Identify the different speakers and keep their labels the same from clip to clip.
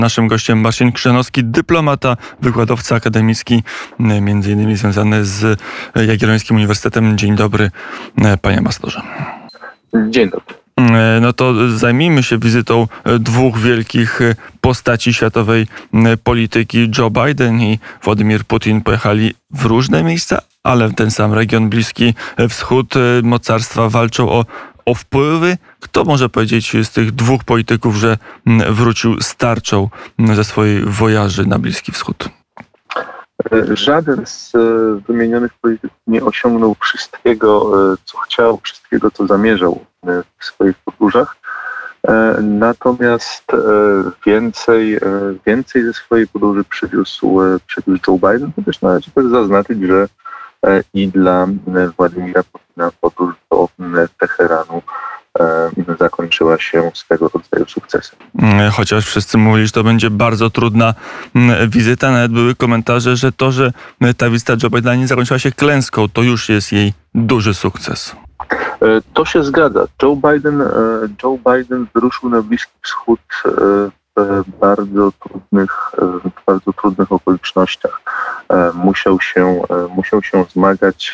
Speaker 1: Naszym gościem Marcin Chrzanowski, dyplomata, wykładowca akademicki, między innymi związany z Jagiellońskim Uniwersytetem. Dzień dobry, panie ambasadorze.
Speaker 2: Dzień dobry.
Speaker 1: No to zajmijmy się wizytą dwóch wielkich postaci światowej polityki. Joe Biden i Władimir Putin pojechali w różne miejsca, ale w ten sam region, Bliski Wschód. Mocarstwa walczą o wpływy. Kto może powiedzieć z tych dwóch polityków, że wrócił z tarczą ze swojej wojaży na Bliski Wschód?
Speaker 2: Żaden z wymienionych polityków nie osiągnął wszystkiego, co chciał, wszystkiego, co zamierzał w swoich podróżach. Natomiast więcej ze swojej podróży przywiózł Joe Biden. Chociaż należy też zaznaczyć, że i dla Władimira Putina podróż do Teheranu zakończyła się swego rodzaju sukcesem.
Speaker 1: Chociaż wszyscy mówili, że to będzie bardzo trudna wizyta. Nawet były komentarze, że to, że ta wizyta Joe Bidena nie zakończyła się klęską, to już jest jej duży sukces.
Speaker 2: To się zgadza. Joe Biden wyruszył na Bliski Wschód w bardzo trudnych okolicznościach. Musiał się zmagać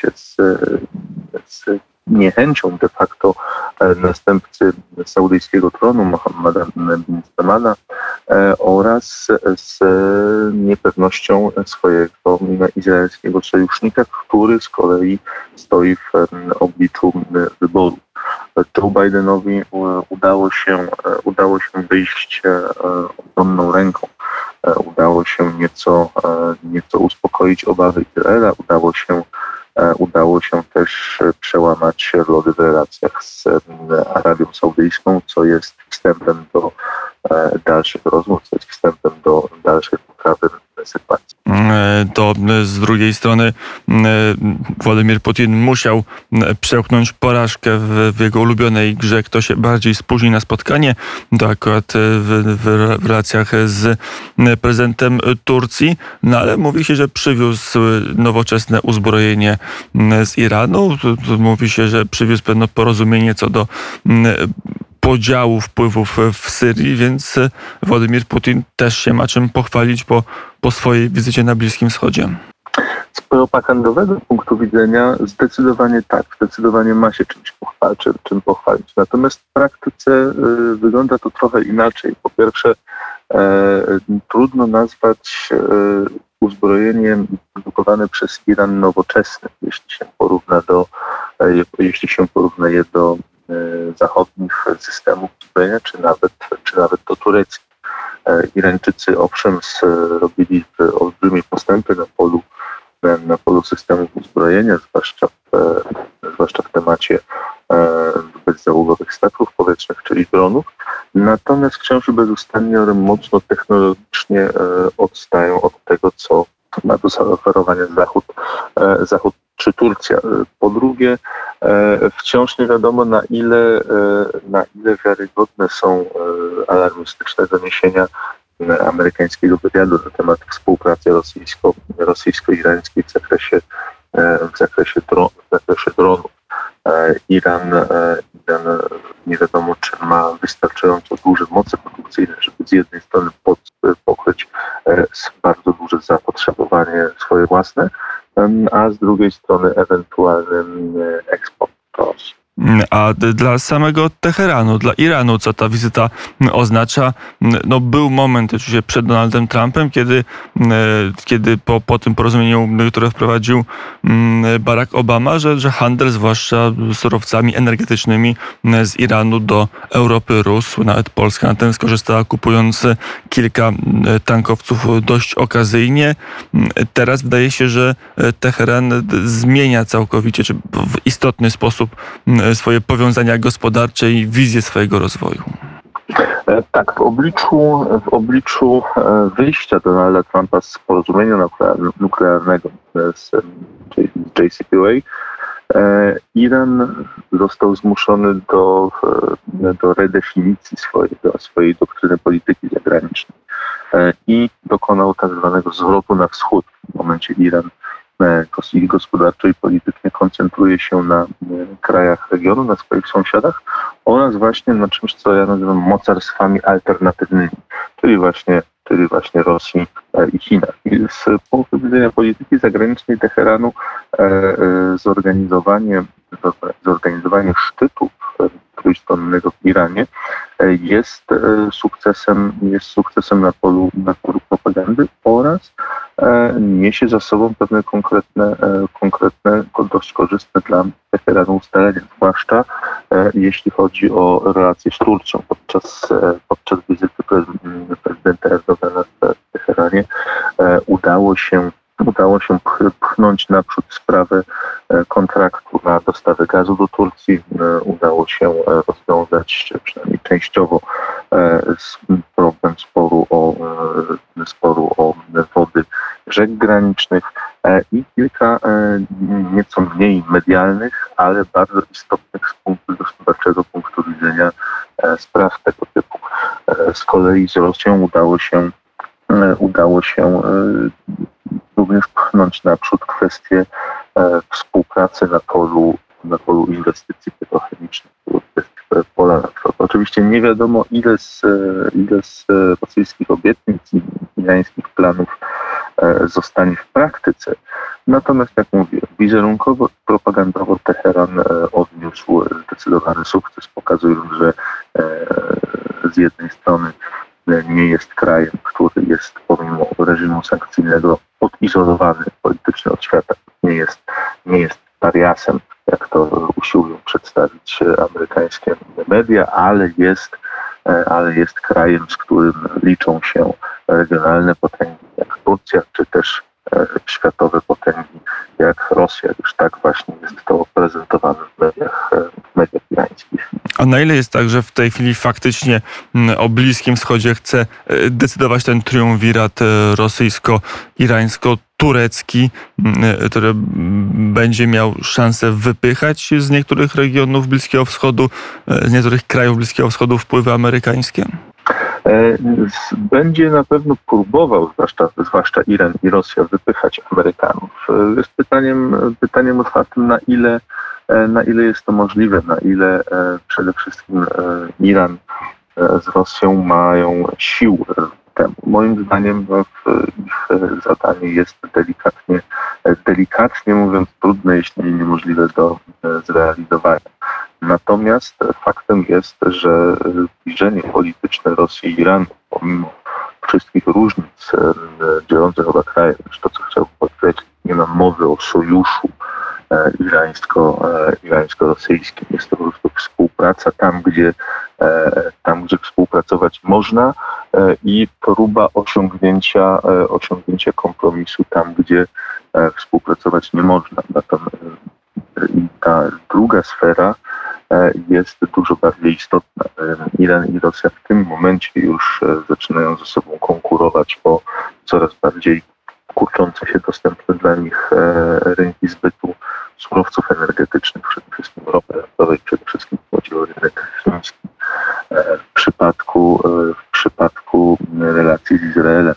Speaker 2: z niechęcią de facto następcy saudyjskiego tronu Mohammada bin Salmana oraz z niepewnością swojego izraelskiego sojusznika, który z kolei stoi w obliczu wyboru. Joe Bidenowi udało się wyjść obronną ręką. Udało się nieco uspokoić obawy Izraela. Udało się też przełamać lody w relacjach z Arabią Saudyjską, co jest wstępem do dalszych rozmów, co jest wstępem do dalszej poprawy sytuacji.
Speaker 1: To z drugiej strony Władimir Putin musiał przełknąć porażkę w jego ulubionej grze. Kto się bardziej spóźni na spotkanie, to akurat w relacjach z prezydentem Turcji. No ale mówi się, że przywiózł nowoczesne uzbrojenie z Iranu. Mówi się, że przywiózł pewne porozumienie co do podziału wpływów w Syrii, więc Władimir Putin też się ma czym pochwalić po swojej wizycie na Bliskim Wschodzie.
Speaker 2: Z propagandowego punktu widzenia zdecydowanie ma się czym pochwalić. Natomiast w praktyce wygląda to trochę inaczej. Po pierwsze, trudno nazwać uzbrojenie produkowane przez Iran nowoczesnym, jeśli się porówna je do zachodnich systemów uzbrojenia, czy nawet do tureckich. Irańczycy owszem robili olbrzymie postępy na polu systemów uzbrojenia, zwłaszcza w temacie bezzałogowych statków powietrznych, czyli dronów. Natomiast wciąż bezustannie mocno technologicznie odstają od tego, co ma do zaoferowania Zachód czy Turcja. Po drugie, wciąż nie wiadomo na ile wiarygodne są alarmistyczne doniesienia amerykańskiego wywiadu na temat współpracy rosyjsko-irańskiej w zakresie dronów. Iran nie wiadomo, czy ma wystarczająco duże moce produkcyjne, żeby z jednej strony pokryć bardzo duże zapotrzebowanie swoje własne, a z drugiej strony ewentualny eksport do Rosji.
Speaker 1: A dla samego Teheranu, dla Iranu, co ta wizyta oznacza? No, był moment oczywiście przed Donaldem Trumpem, kiedy po tym porozumieniu, które wprowadził Barack Obama, że handel, zwłaszcza surowcami energetycznymi z Iranu do Europy rósł. Nawet Polska na tym skorzystała, kupując kilka tankowców dość okazyjnie. Teraz wydaje się, że Teheran zmienia całkowicie, czy w istotny sposób swoje powiązania gospodarcze i wizję swojego rozwoju.
Speaker 2: Tak, w obliczu wyjścia Donalda Trumpa z porozumienia nuklearnego z JCPOA, Iran został zmuszony do redefinicji swojej doktryny polityki zagranicznej i dokonał tak zwanego zwrotu na wschód. W momencie Iran gospodarczo i politycznie koncentruje się na krajach regionu, na swoich sąsiadach oraz właśnie na czymś, co ja nazywam mocarstwami alternatywnymi, czyli właśnie czyli właśnie Rosji i Chinach. I z punktu widzenia polityki zagranicznej Teheranu zorganizowanie szczytu trójstronnego w Iranie jest sukcesem na polu propagandy oraz niesie za sobą pewne konkretne, dość korzystne dla Teheranu ustalenia, zwłaszcza jeśli chodzi o relacje z Turcją. Podczas wizyty prezydenta Erdogana w Teheranie udało się pchnąć naprzód sprawę kontraktu na dostawę gazu do Turcji. Udało się rozwiązać przynajmniej częściowo problem sporu o wody rzek granicznych i kilka nieco mniej medialnych, ale bardzo istotnych z gospodarczego punktu widzenia spraw tego typu. Z kolei z Rosją udało się również pchnąć naprzód kwestię współpracy na polu inwestycji petrochemicznych, kwestii pola na przykład. Oczywiście nie wiadomo, ile z rosyjskich obietnic i irańskich planów zostanie w praktyce. Natomiast, jak mówię, wizerunkowo, propagandowo Teheran odniósł zdecydowany sukces, pokazując, że z jednej strony nie jest krajem, który jest pomimo reżimu sankcyjnego odizolowany politycznie od świata. Nie jest pariasem, jak to usiłują przedstawić amerykańskie media, ale jest krajem, z którym liczą się regionalne potęgi jak Turcja, czy też światowe potęgi jak Rosja. Już tak właśnie jest to prezentowane w mediach irańskich.
Speaker 1: A na ile jest tak, że w tej chwili faktycznie o Bliskim Wschodzie chce decydować ten triumvirat rosyjsko-irańsko-turecki, który będzie miał szansę wypychać z niektórych regionów Bliskiego Wschodu, z niektórych krajów Bliskiego Wschodu wpływy amerykańskie?
Speaker 2: Będzie na pewno próbował, zwłaszcza Iran i Rosja, wypychać Amerykanów. Jest pytaniem otwartym, na ile jest to możliwe, na ile przede wszystkim Iran z Rosją mają sił temu. Moim zdaniem ich zadanie jest delikatnie mówiąc trudne, jeśli nie niemożliwe do zrealizowania. Natomiast faktem jest, że zbliżenie polityczne Rosji i Iranu, pomimo wszystkich różnic dzielących oba kraje, to co chciałbym podkreślić, nie ma mowy o sojuszu irańsko-rosyjskim. Jest to po prostu współpraca tam, gdzie współpracować można i próba osiągnięcia kompromisu tam, gdzie współpracować nie można. Natomiast ta druga sfera jest dużo bardziej istotna. Iran i Rosja w tym momencie już zaczynają ze sobą konkurować o coraz bardziej kurczące się dostępne dla nich rynki zbytu surowców energetycznych, przede wszystkim ropy naftowej, przede wszystkim chodzi o rynek chiński. W przypadku relacji z Izraelem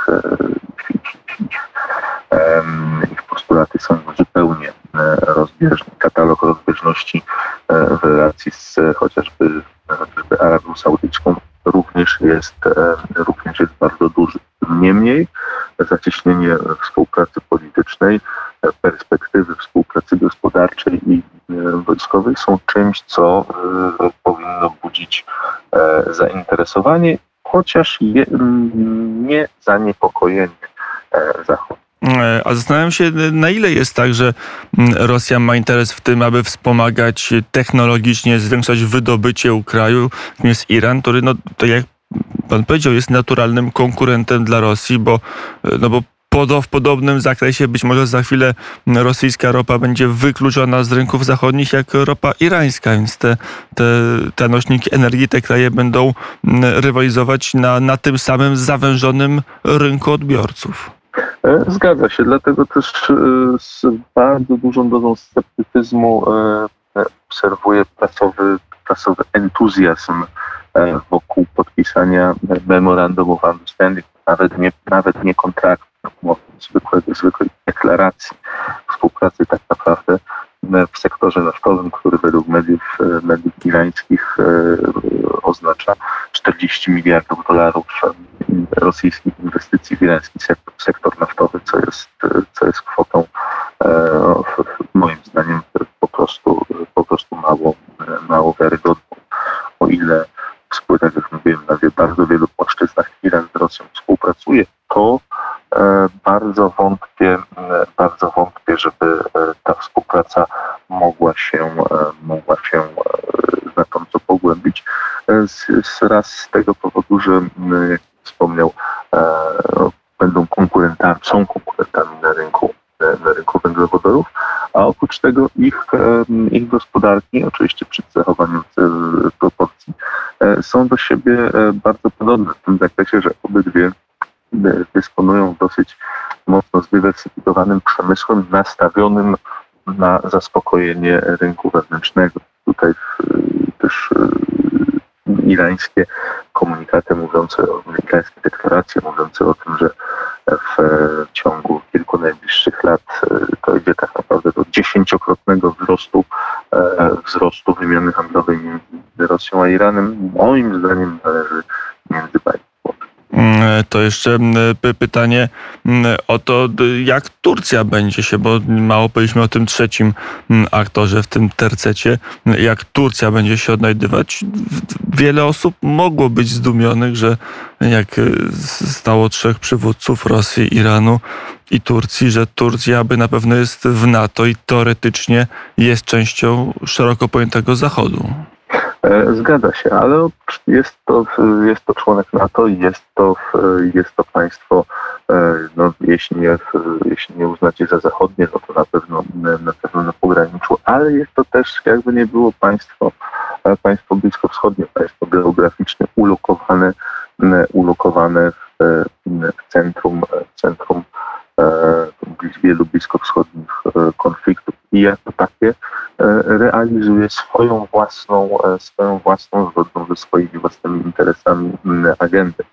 Speaker 2: ich postulaty są zupełnie rozbieżne. Katalog rozbieżności w relacji z chociażby Arabią Saudyjską również jest bardzo duży. Niemniej zacieśnienie współpracy politycznej, perspektywy współpracy gospodarczej i wojskowej są czymś, co powinno budzić zainteresowanie, chociaż nie zaniepokojenie Zachodu.
Speaker 1: A zastanawiam się, na ile jest tak, że Rosja ma interes w tym, aby wspomagać technologicznie, zwiększać wydobycie u kraju, jakim jest Iran, który, tak jak pan powiedział, jest naturalnym konkurentem dla Rosji, bo w podobnym zakresie być może za chwilę rosyjska ropa będzie wykluczona z rynków zachodnich jak ropa irańska, więc te nośniki energii, te kraje będą rywalizować na tym samym zawężonym rynku odbiorców.
Speaker 2: Zgadza się, dlatego też z bardzo dużą dozą sceptycyzmu obserwuję prasowy entuzjazm wokół podpisania Memorandum of Understanding, nawet nie kontraktu, zwykłej deklaracji współpracy tak naprawdę w sektorze naftowym, który według mediów irańskich oznacza $40 miliardów rosyjskich inwestycji w irański sektor naftowy, co jest kwotą moim zdaniem po prostu mało wiarygodną. O ile tak jak mówiłem, na bardzo wielu płaszczyznach Iran z Rosją współpracuje, to bardzo wątpię, żeby ta współpraca mogła się znacząco pogłębić. Raz z tego powodu, że jak wspomniał, są konkurentami na rynku węglowodorów, a oprócz tego ich gospodarki, oczywiście przy zachowaniu proporcji, są do siebie bardzo podobne w tym zakresie, że obydwie dysponują dosyć mocno zdywersyfikowanym przemysłem nastawionym na zaspokojenie rynku wewnętrznego. Tutaj też irańskie komunikaty irańskie deklaracje mówiące o tym, że w ciągu kilku najbliższych lat dojdzie tak naprawdę do 10-krotnego wzrostu wymiany handlowej między Rosją a Iranem. Moim zdaniem należy między bajki.
Speaker 1: To jeszcze pytanie o to, jak Turcja będzie się, bo mało powiedzieliśmy o tym trzecim aktorze w tym tercecie, jak Turcja będzie się odnajdywać. Wiele osób mogło być zdumionych, że jak stało trzech przywódców Rosji, Iranu i Turcji, że Turcja na pewno jest w NATO i teoretycznie jest częścią szeroko pojętego Zachodu.
Speaker 2: Zgadza się, ale jest to członek NATO i jest to państwo, jeśli nie uznacie za zachodnie, no to na pewno na pograniczu, ale jest to też, jakby nie było, państwo bliskowschodnie, państwo geograficznie ulokowane w centrum wielu bliskowschodnich konfliktów i jako takie realizuje swoją własną, zgodną ze swoimi własnymi interesami agendę.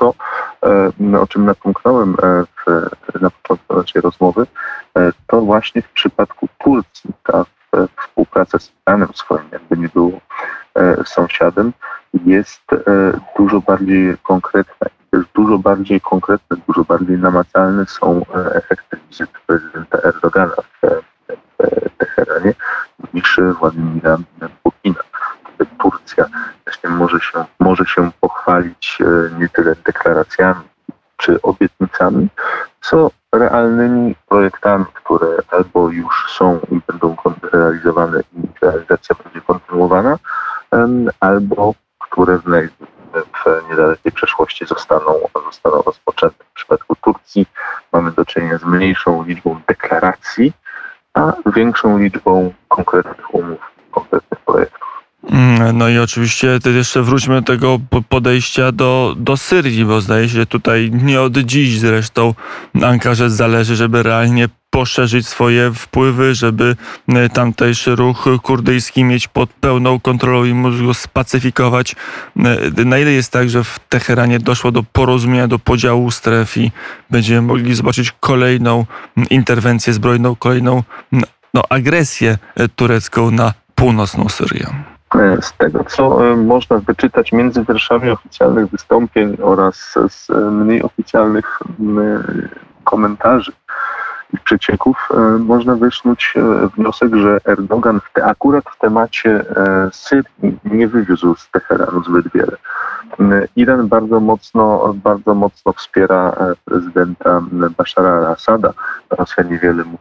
Speaker 2: O czym napomknąłem na początku naszej rozmowy, to właśnie w przypadku Turcji ta współpraca z Iranem, swoim jakby nie było sąsiadem, jest dużo bardziej konkretna. Dużo bardziej namacalne są efekty wizyty prezydenta Erdogana w Teheranie niż Władimira Putina. Turcja właśnie może się pochwalić nie tyle deklaracjami czy obietnicami, co realnymi projektami, które albo już są i będą realizowane i realizacja będzie kontynuowana, albo które w niedalekiej przeszłości zostaną rozpoczęte. W przypadku Turcji mamy do czynienia z mniejszą liczbą deklaracji, a większą liczbą konkretnych umów, konkretnych projektów.
Speaker 1: No i oczywiście jeszcze wróćmy do tego podejścia do Syrii, bo zdaje się, że tutaj nie od dziś zresztą Ankarze zależy, żeby realnie poszerzyć swoje wpływy, żeby tamtejszy ruch kurdyjski mieć pod pełną kontrolą i móc go spacyfikować. Na ile jest tak, że w Teheranie doszło do porozumienia, do podziału stref i będziemy mogli zobaczyć kolejną interwencję zbrojną, kolejną agresję turecką na północną Syrię?
Speaker 2: Z tego, co można wyczytać między wierszami oficjalnych wystąpień oraz z mniej oficjalnych komentarzy i przecieków, można wysnuć wniosek, że Erdogan akurat w temacie Syrii nie wywiózł z Teheranu zbyt wiele. Iran bardzo mocno wspiera prezydenta Bashara al-Assada. Rosja niewiele mu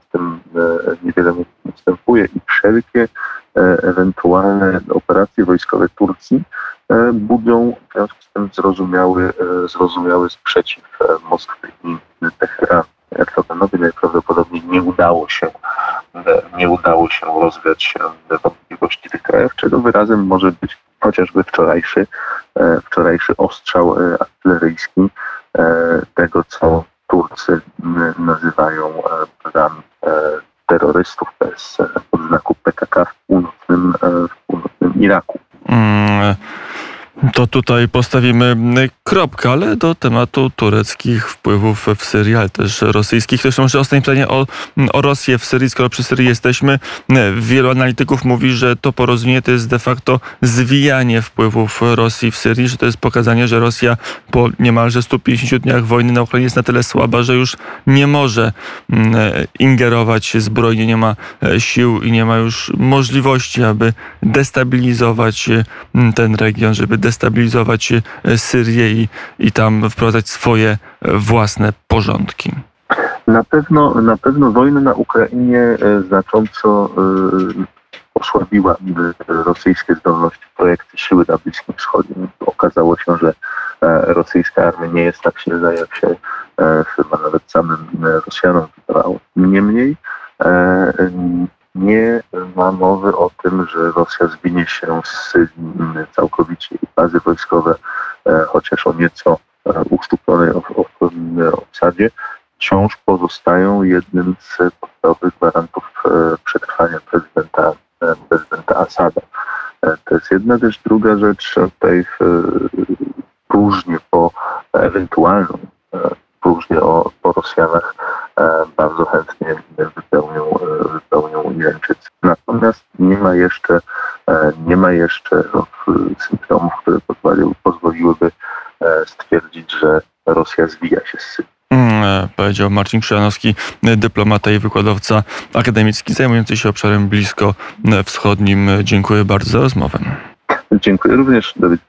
Speaker 2: ustępuje i wszelkie ewentualne operacje wojskowe Turcji budzą w związku z tym zrozumiały sprzeciw Moskwy i Teheranu. Erdoganowi najprawdopodobniej nie udało się rozwiać wątpliwości tych krajów, czego wyrazem może być chociażby wczorajszy ostrzał artyleryjski tego, co Turcy nazywają plan terrorystów bez odznaku PKK w północnym Iraku.
Speaker 1: To tutaj postawimy kropkę, ale do tematu tureckich wpływów w Syrii, ale też rosyjskich. Zresztą może ostatnie pytanie o Rosję w Syrii, skoro przy Syrii jesteśmy. Wielu analityków mówi, że to porozumienie to jest de facto zwijanie wpływów Rosji w Syrii, że to jest pokazanie, że Rosja po niemalże 150 dniach wojny na Ukrainie jest na tyle słaba, że już nie może ingerować zbrojnie, nie ma sił i nie ma już możliwości, aby destabilizować ten region, żeby destabilizować Syrię i tam wprowadzać swoje własne porządki.
Speaker 2: Na pewno wojna na Ukrainie znacząco osłabiła rosyjskie zdolności, projekty siły na Bliskim Wschodzie. Okazało się, że rosyjska armia nie jest tak silna, jak się chyba nawet samym Rosjanom wydawało. Niemniej nie ma mowy o tym, że Rosja zwinie się z całkowicie bazy wojskowe, chociaż o nieco uszczuplonej obsadzie, wciąż pozostają jednym z podstawowych gwarantów przetrwania prezydenta Asada. To jest jedna rzecz. Druga rzecz, tutaj próżnię po Rosjanach bardzo chętnie wypełnią Irańczycy. Natomiast nie ma jeszcze symptomów, które pozwoliłyby stwierdzić, że Rosja zwija się z Syrii.
Speaker 1: Powiedział Marcin Krzyżanowski, dyplomata i wykładowca akademicki zajmujący się obszarem bliskowschodnim. Dziękuję bardzo za rozmowę.
Speaker 2: Dziękuję również, Dawid.